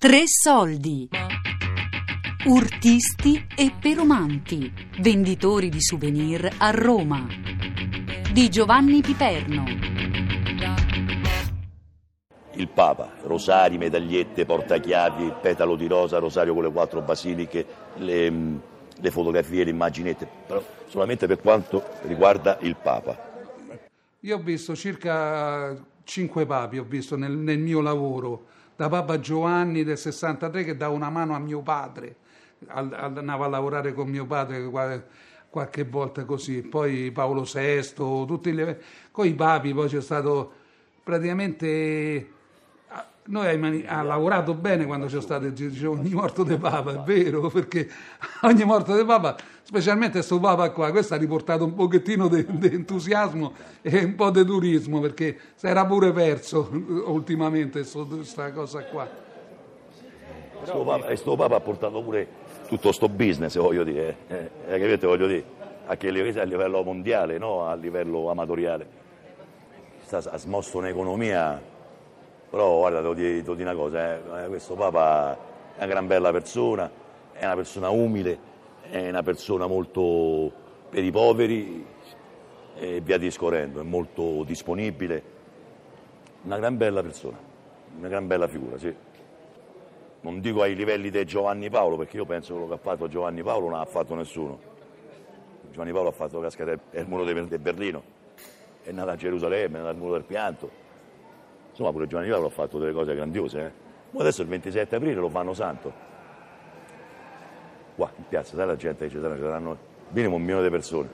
Tre soldi. Urtisti e perumanti, venditori di souvenir a Roma. Di Giovanni Piperno. Il Papa, rosari, medagliette, portachiavi, il petalo di rosa, rosario con le 4 basiliche, le fotografie, le immaginette, però solamente per quanto riguarda il Papa. Io ho visto circa 5 papi, ho visto nel mio lavoro, da Papa Giovanni del 63 che dava una mano a mio padre, andava a lavorare con mio padre qualche volta così, poi Paolo VI, con i papi, poi c'è stato praticamente... Noi ha lavorato bene quando c'è stato ogni morto di Papa, è vero, perché ogni morto di Papa, specialmente questo Papa qua, questo ha riportato un pochettino di entusiasmo e un po' di turismo, perché si era pure perso ultimamente questa cosa qua. Questo Papa ha portato pure tutto sto business, voglio dire, capite, voglio dire, anche a livello mondiale, no? A livello amatoriale. Ha smosso un'economia. Però guarda, ti dico una cosa, questo Papa è una gran bella persona, è una persona umile, è una persona molto per i poveri e via discorrendo, è molto disponibile, una gran bella persona, una gran bella figura, sì. Non dico ai livelli di Giovanni Paolo, perché io penso che quello che ha fatto Giovanni Paolo non ha fatto nessuno. Giovanni Paolo ha fatto cascare il muro di Berlino, è nato a Gerusalemme, è nato al muro del pianto. Insomma, pure Giovanni Paolo ha fatto delle cose grandiose. Ma adesso il 27 aprile lo fanno santo. Qua in piazza, sai la gente che ci saranno minimo 1 milione di persone.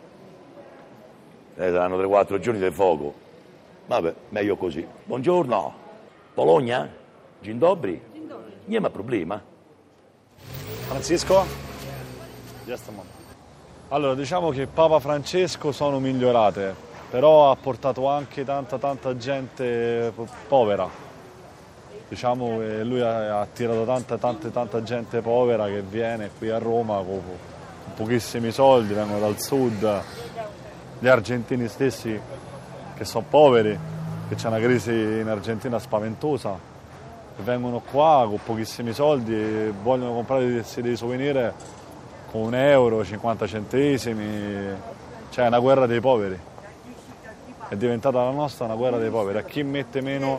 Saranno 3-4 giorni di fuoco. Vabbè, meglio così. Buongiorno. Bologna? Gin Dobri? Niente problema. Francisco? Allora, diciamo che Papa Francesco sono migliorate. Però ha portato anche tanta gente povera. Diciamo che lui ha attirato tanta gente povera che viene qui a Roma con pochissimi soldi, vengono dal sud, gli argentini stessi che sono poveri, che c'è una crisi in Argentina spaventosa, che vengono qua con pochissimi soldi e vogliono comprare dei souvenir con 1 euro, 50 centesimi, cioè è una guerra dei poveri. È diventata la nostra una guerra dei poveri. A chi mette meno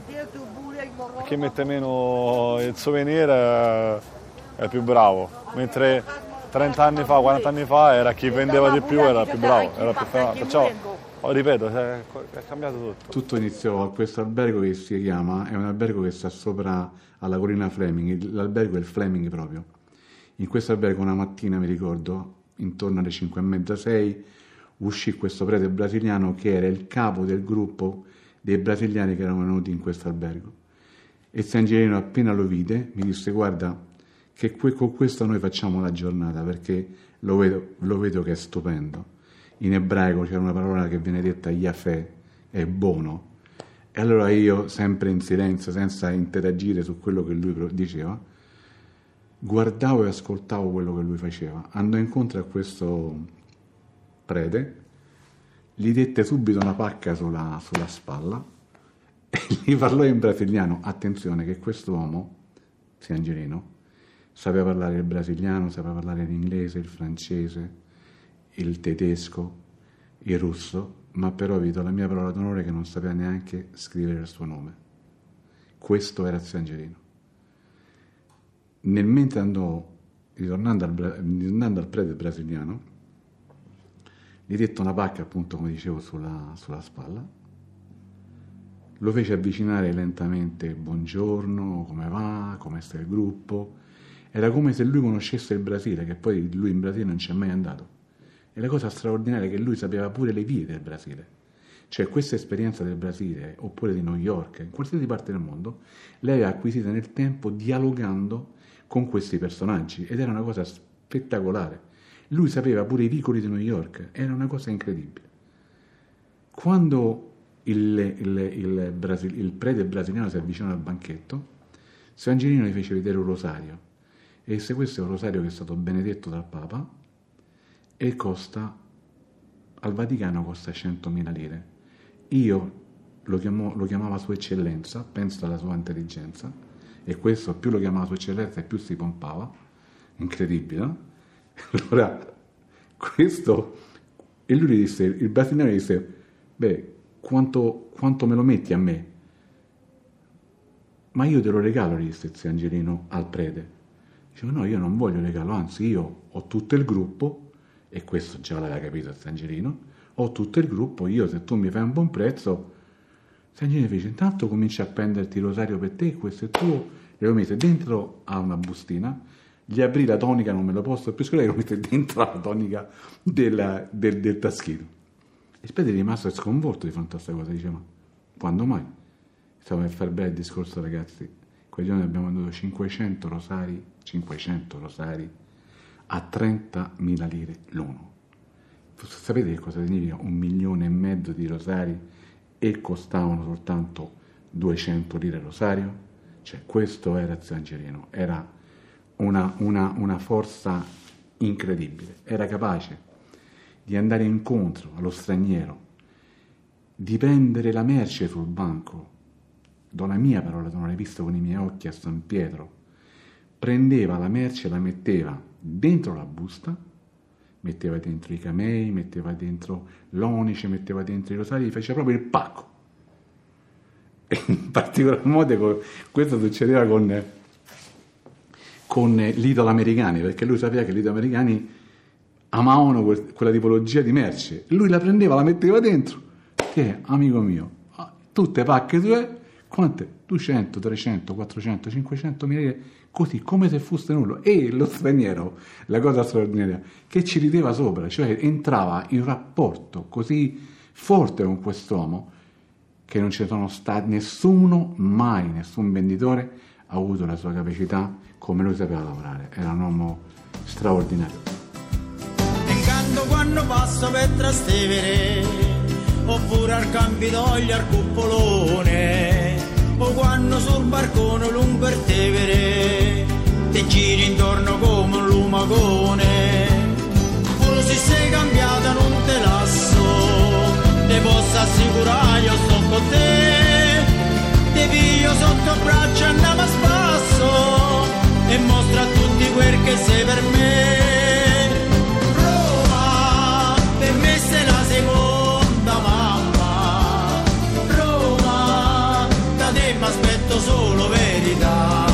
il souvenir è più bravo, mentre 30 anni fa, 40 anni fa era chi vendeva di più, era più bravo, era più fermato. Perciò, ripeto, è cambiato tutto. Tutto iniziò a questo albergo che si chiama, è un albergo che sta sopra alla collina Fleming, l'albergo è il Fleming proprio. In questo albergo una mattina, mi ricordo, intorno alle 5:30, 6, uscì questo prete brasiliano che era il capo del gruppo dei brasiliani che erano venuti in questo albergo. E San Girino appena lo vide mi disse: guarda che con questo noi facciamo la giornata, perché lo vedo che è stupendo. In ebraico c'era una parola che viene detta Yafè, è buono. E allora io, sempre in silenzio, senza interagire su quello che lui diceva, guardavo e ascoltavo quello che lui faceva. Andò incontro a questo prete, gli dette subito una pacca sulla spalla e gli parlò in brasiliano. Attenzione che quest'uomo, San Girino, sapeva parlare il brasiliano, sapeva parlare l'inglese, il francese, il tedesco, il russo, ma però vi do la mia parola d'onore che non sapeva neanche scrivere il suo nome. Questo era San Girino. Nel mentre andò, ritornando al prete brasiliano, gli dette una pacca, appunto, come dicevo, sulla spalla, lo fece avvicinare lentamente: buongiorno, come va, come sta il gruppo. Era come se lui conoscesse il Brasile, che poi lui in Brasile non c'è mai andato. E la cosa straordinaria è che lui sapeva pure le vie del Brasile. Cioè questa esperienza del Brasile, oppure di New York, in qualsiasi parte del mondo, lei aveva acquisita nel tempo dialogando con questi personaggi, ed era una cosa spettacolare. Lui sapeva pure i vicoli di New York, era una cosa incredibile. Quando il prete brasiliano si avvicinò al banchetto, San Girino gli fece vedere un rosario e disse: questo è un rosario che è stato benedetto dal Papa e al Vaticano costa 100.000 lire. Io lo chiamava Sua Eccellenza, penso alla sua intelligenza, e questo più lo chiamava Sua Eccellenza e più si pompava, incredibile, no? Allora, questo, e lui gli disse, il brasiliano gli disse, beh, quanto me lo metti a me? Ma io te lo regalo, gli disse zio Angelino al prete. Dicevo, no, io non voglio regalo, anzi io ho tutto il gruppo, e questo già l'aveva capito zio Angelino, ho tutto il gruppo, io se tu mi fai un buon prezzo, zio Angelino fece, intanto cominci a prenderti il rosario per te, questo è tuo, e lo mette dentro a una bustina, gli aprì la tonica, non me lo posso più scordare, lo mette dentro la tonica del taschino. E Spede è rimasto sconvolto di fronte a questa cosa, dice, ma quando mai? Stavo per far bene il discorso, ragazzi, quei giorni abbiamo venduto 500 rosari a 30.000 lire l'uno. Sapete che cosa significa 1,5 milioni di rosari e costavano soltanto 200 lire rosario? Cioè, questo era zio Angelino, era una forza incredibile, era capace di andare incontro allo straniero, di prendere la merce sul banco, do la mia parola, non l'hai visto con i miei occhi a San Pietro, prendeva la merce e la metteva dentro la busta, metteva dentro i camei, metteva dentro l'onice, metteva dentro i rosari, faceva proprio il pacco. E in particolar modo questo succedeva con gli italo-americani, perché lui sapeva che gli italo-americani amavano quella tipologia di merce. Lui la prendeva, la metteva dentro, che amico mio, tutte pacche tue, quante? 200, 300, 400, 500 mila, così come se fosse nulla. E lo straniero, la cosa straordinaria, che ci rideva sopra, cioè entrava in rapporto così forte con quest'uomo che non ci sono stati nessun venditore ha avuto la sua capacità come lui sapeva lavorare. Era un uomo straordinario. Incanto quando passo per Trastevere, oppure al Campidoglio, al Cuppolone, o quando sul barcone lungo il Tevere, te giri intorno come un lumagone. Pure se sei cambiata non te lasso, te posso assicurare io sto con te, te piglio sotto braccio, andiamo a spasso e mostra a tutti quel che sei per me. Roma, per me sei la seconda mamma. Roma, da te m'aspetto solo verità.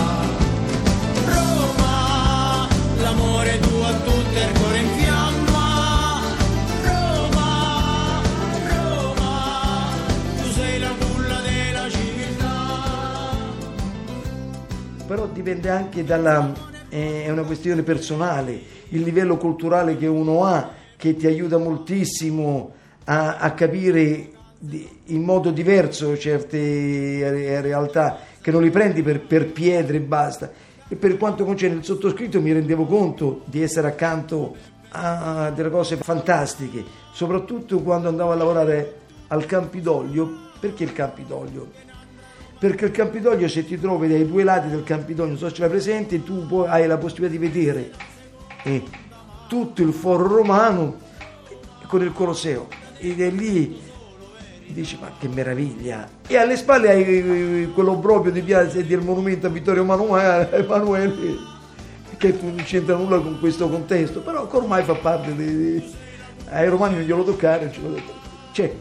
Roma, l'amore tuo a tutto il cuore in fiamma. Roma, Roma, tu sei la culla della civiltà. Però dipende anche è una questione personale, il livello culturale che uno ha, che ti aiuta moltissimo a capire in modo diverso certe realtà, che non li prendi per pietre e basta. E per quanto concerne il sottoscritto, mi rendevo conto di essere accanto a delle cose fantastiche, soprattutto quando andavo a lavorare al Campidoglio. Perché il Campidoglio? Perché il Campidoglio, se ti trovi dai due lati del Campidoglio, non so se ce l'hai presente, tu poi hai la possibilità di vedere tutto il foro romano con il Colosseo, ed è lì dici, ma che meraviglia, e alle spalle hai quell'obbrobio di piazza e del monumento a Vittorio Emanuele, che non c'entra nulla con questo contesto, però che ormai fa parte ai romani non glielo toccare, c'è.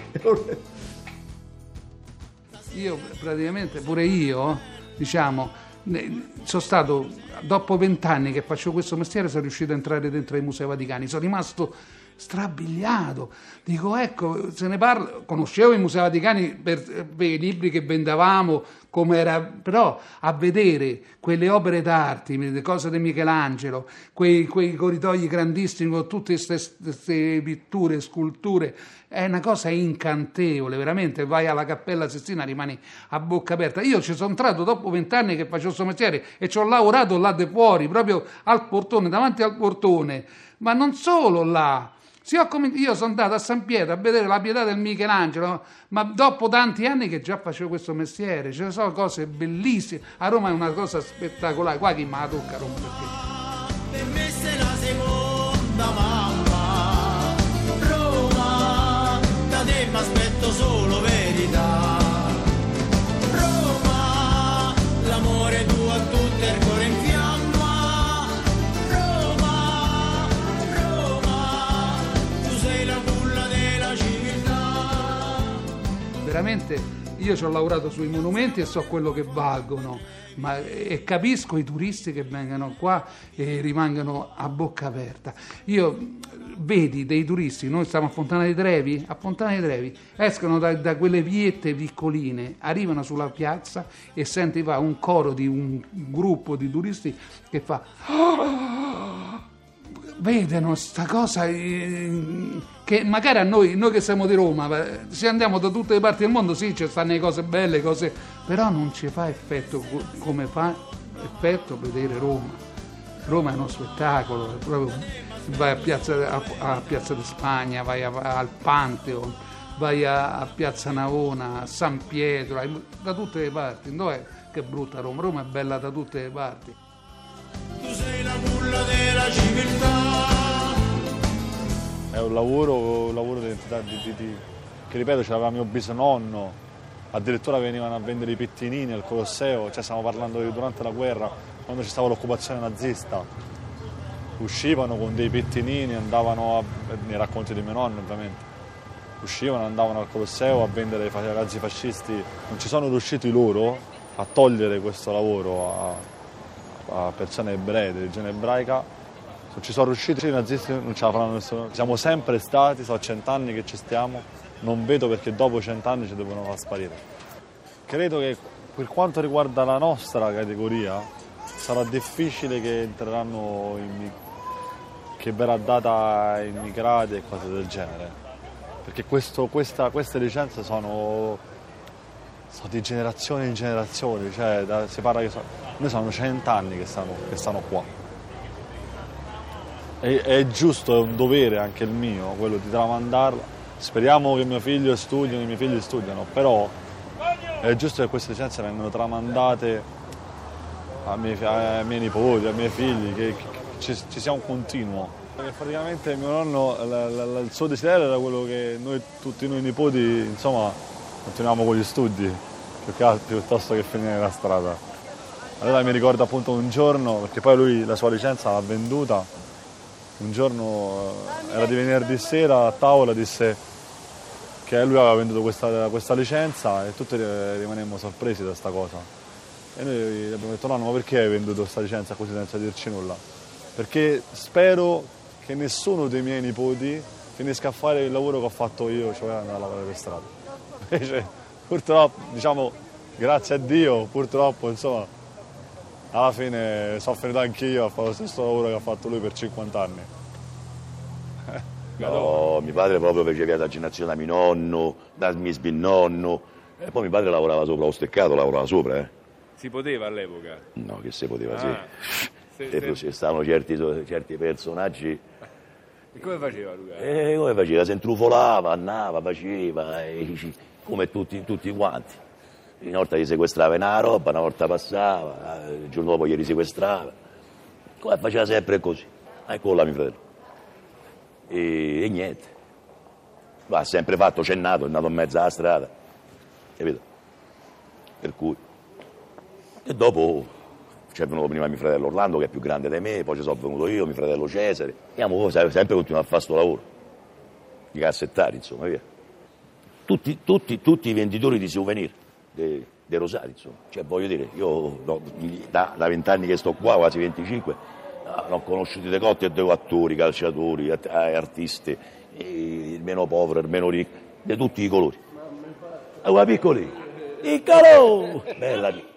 Io praticamente, pure io, diciamo, sono stato, dopo 20 anni che faccio questo mestiere, sono riuscito a entrare dentro i Musei Vaticani, sono rimasto strabiliato, dico ecco, se ne parla, conoscevo i Musei Vaticani per i libri che vendavamo, come era, però a vedere quelle opere d'arte, le cose di Michelangelo, quei corridoi grandissimi con tutte queste pitture, sculture, è una cosa incantevole, veramente. Vai alla Cappella Sistina, rimani a bocca aperta. Io ci sono entrato dopo 20 anni che facevo questo mestiere e ci ho lavorato là di fuori, proprio al portone, davanti al portone, ma non solo là. Io sono andato a San Pietro a vedere la Pietà del Michelangelo, ma dopo tanti anni che già facevo questo mestiere, ci sono cose bellissime. A Roma è una cosa spettacolare, qua chi me la tocca a Roma, perché per me sei la seconda mamma. Roma, da te m'aspetto solo verità. Roma, l'amore tuo veramente, io ci ho lavorato sui monumenti e so quello che valgono, e capisco i turisti che vengono qua e rimangono a bocca aperta. Io vedi dei turisti, noi stiamo a Fontana di Trevi, escono da quelle viette piccoline, arrivano sulla piazza e senti un coro di un gruppo di turisti che fa vedono sta cosa che magari a noi che siamo di Roma, se andiamo da tutte le parti del mondo, sì, ci stanno le cose belle, però non ci fa effetto come fa effetto vedere Roma. Roma è uno spettacolo, proprio vai a Piazza di Spagna, vai al Pantheon, vai a Piazza Navona, a San Pietro, da tutte le parti. Dov'è che è brutta Roma? Roma è bella da tutte le parti. Tu sei la culla della civiltà. È un lavoro di identità che, ripeto, c'aveva mio bisnonno, addirittura venivano a vendere i pettinini al Colosseo, cioè stiamo parlando di durante la guerra, quando ci stava l'occupazione nazista. Uscivano con dei pettinini, andavano nei racconti di mio nonno ovviamente, andavano al Colosseo a vendere ai razzi fascisti. Non ci sono riusciti loro a togliere questo lavoro a persone ebree, di religione ebraica. Non ci sono riusciti, i nazisti non ce la faranno nessuno. Siamo sempre stati, sono 100 anni che ci stiamo, non vedo perché dopo 100 anni ci devono far sparire. Credo che per quanto riguarda la nostra categoria sarà difficile che entreranno che verrà data ai immigrati e cose del genere, perché queste licenze sono di generazione in generazione, cioè si parla che noi sono 100 anni che stanno qua. È giusto, è un dovere anche il mio, quello di tramandarla. Speriamo che mio figlio studi, i miei figli studiano, però è giusto che queste licenze vengano tramandate ai miei nipoti, ai miei figli, che ci sia un continuo. Perché praticamente mio nonno, il suo desiderio era quello che tutti noi nipoti, insomma, continuiamo con gli studi, piuttosto che finire la strada. Allora mi ricordo appunto un giorno, perché poi lui la sua licenza l'ha venduta, un giorno era di venerdì sera, a tavola disse che lui aveva venduto questa licenza e tutti rimanemmo sorpresi da questa cosa. E noi gli abbiamo detto: nonno, ma perché hai venduto questa licenza così senza dirci nulla? Perché spero che nessuno dei miei nipoti finisca a fare il lavoro che ho fatto io, cioè andare a lavorare per strada. Invece, purtroppo, diciamo, grazie a Dio, purtroppo, insomma, alla fine sono finito anch'io a fare lo stesso lavoro che ha fatto lui per 50 anni. No, mio padre proprio faceva la generazione da mio nonno, da mio bisnonno, e poi mio padre lavorava sopra lo steccato, lavorava sopra. Si poteva all'epoca? No, che si poteva, sì. Ci stavano certi personaggi. E come faceva Luca? Come faceva? Si intrufolava, andava, faceva, come tutti quanti. Una volta gli sequestrava una roba, una volta passava, il giorno dopo gli risequestrava. Come faceva sempre così. Ecco là mio fratello. E niente. Ha sempre fatto, c'è nato, è nato in mezzo alla strada. Capito? Per cui. E dopo c'è venuto prima mio fratello Orlando, che è più grande di me, poi ci sono venuto io, mio fratello Cesare. E abbiamo sempre continuato a fare sto lavoro. I cassettari, insomma, via. Tutti i venditori di souvenir. Dei Rosari, insomma. Cioè, voglio dire, io da 20 anni che sto qua, quasi 25, ho conosciuto dei cotti e dei attori, calciatori, artisti, il meno povero, il meno ricco, di tutti i colori. Allora, piccoli, piccolo! Bella mia.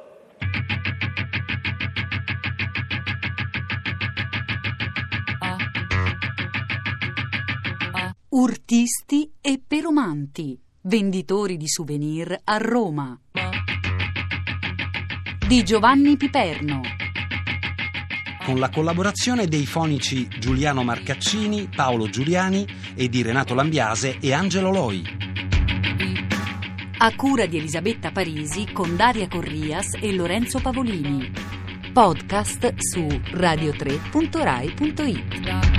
Urtisti e peromanti. Venditori di souvenir a Roma. Di Giovanni Piperno. Con la collaborazione dei fonici Giuliano Marcaccini, Paolo Giuliani e di Renato Lambiase e Angelo Loi. A cura di Elisabetta Parisi con Daria Corrias e Lorenzo Pavolini. Podcast su radio3.rai.it.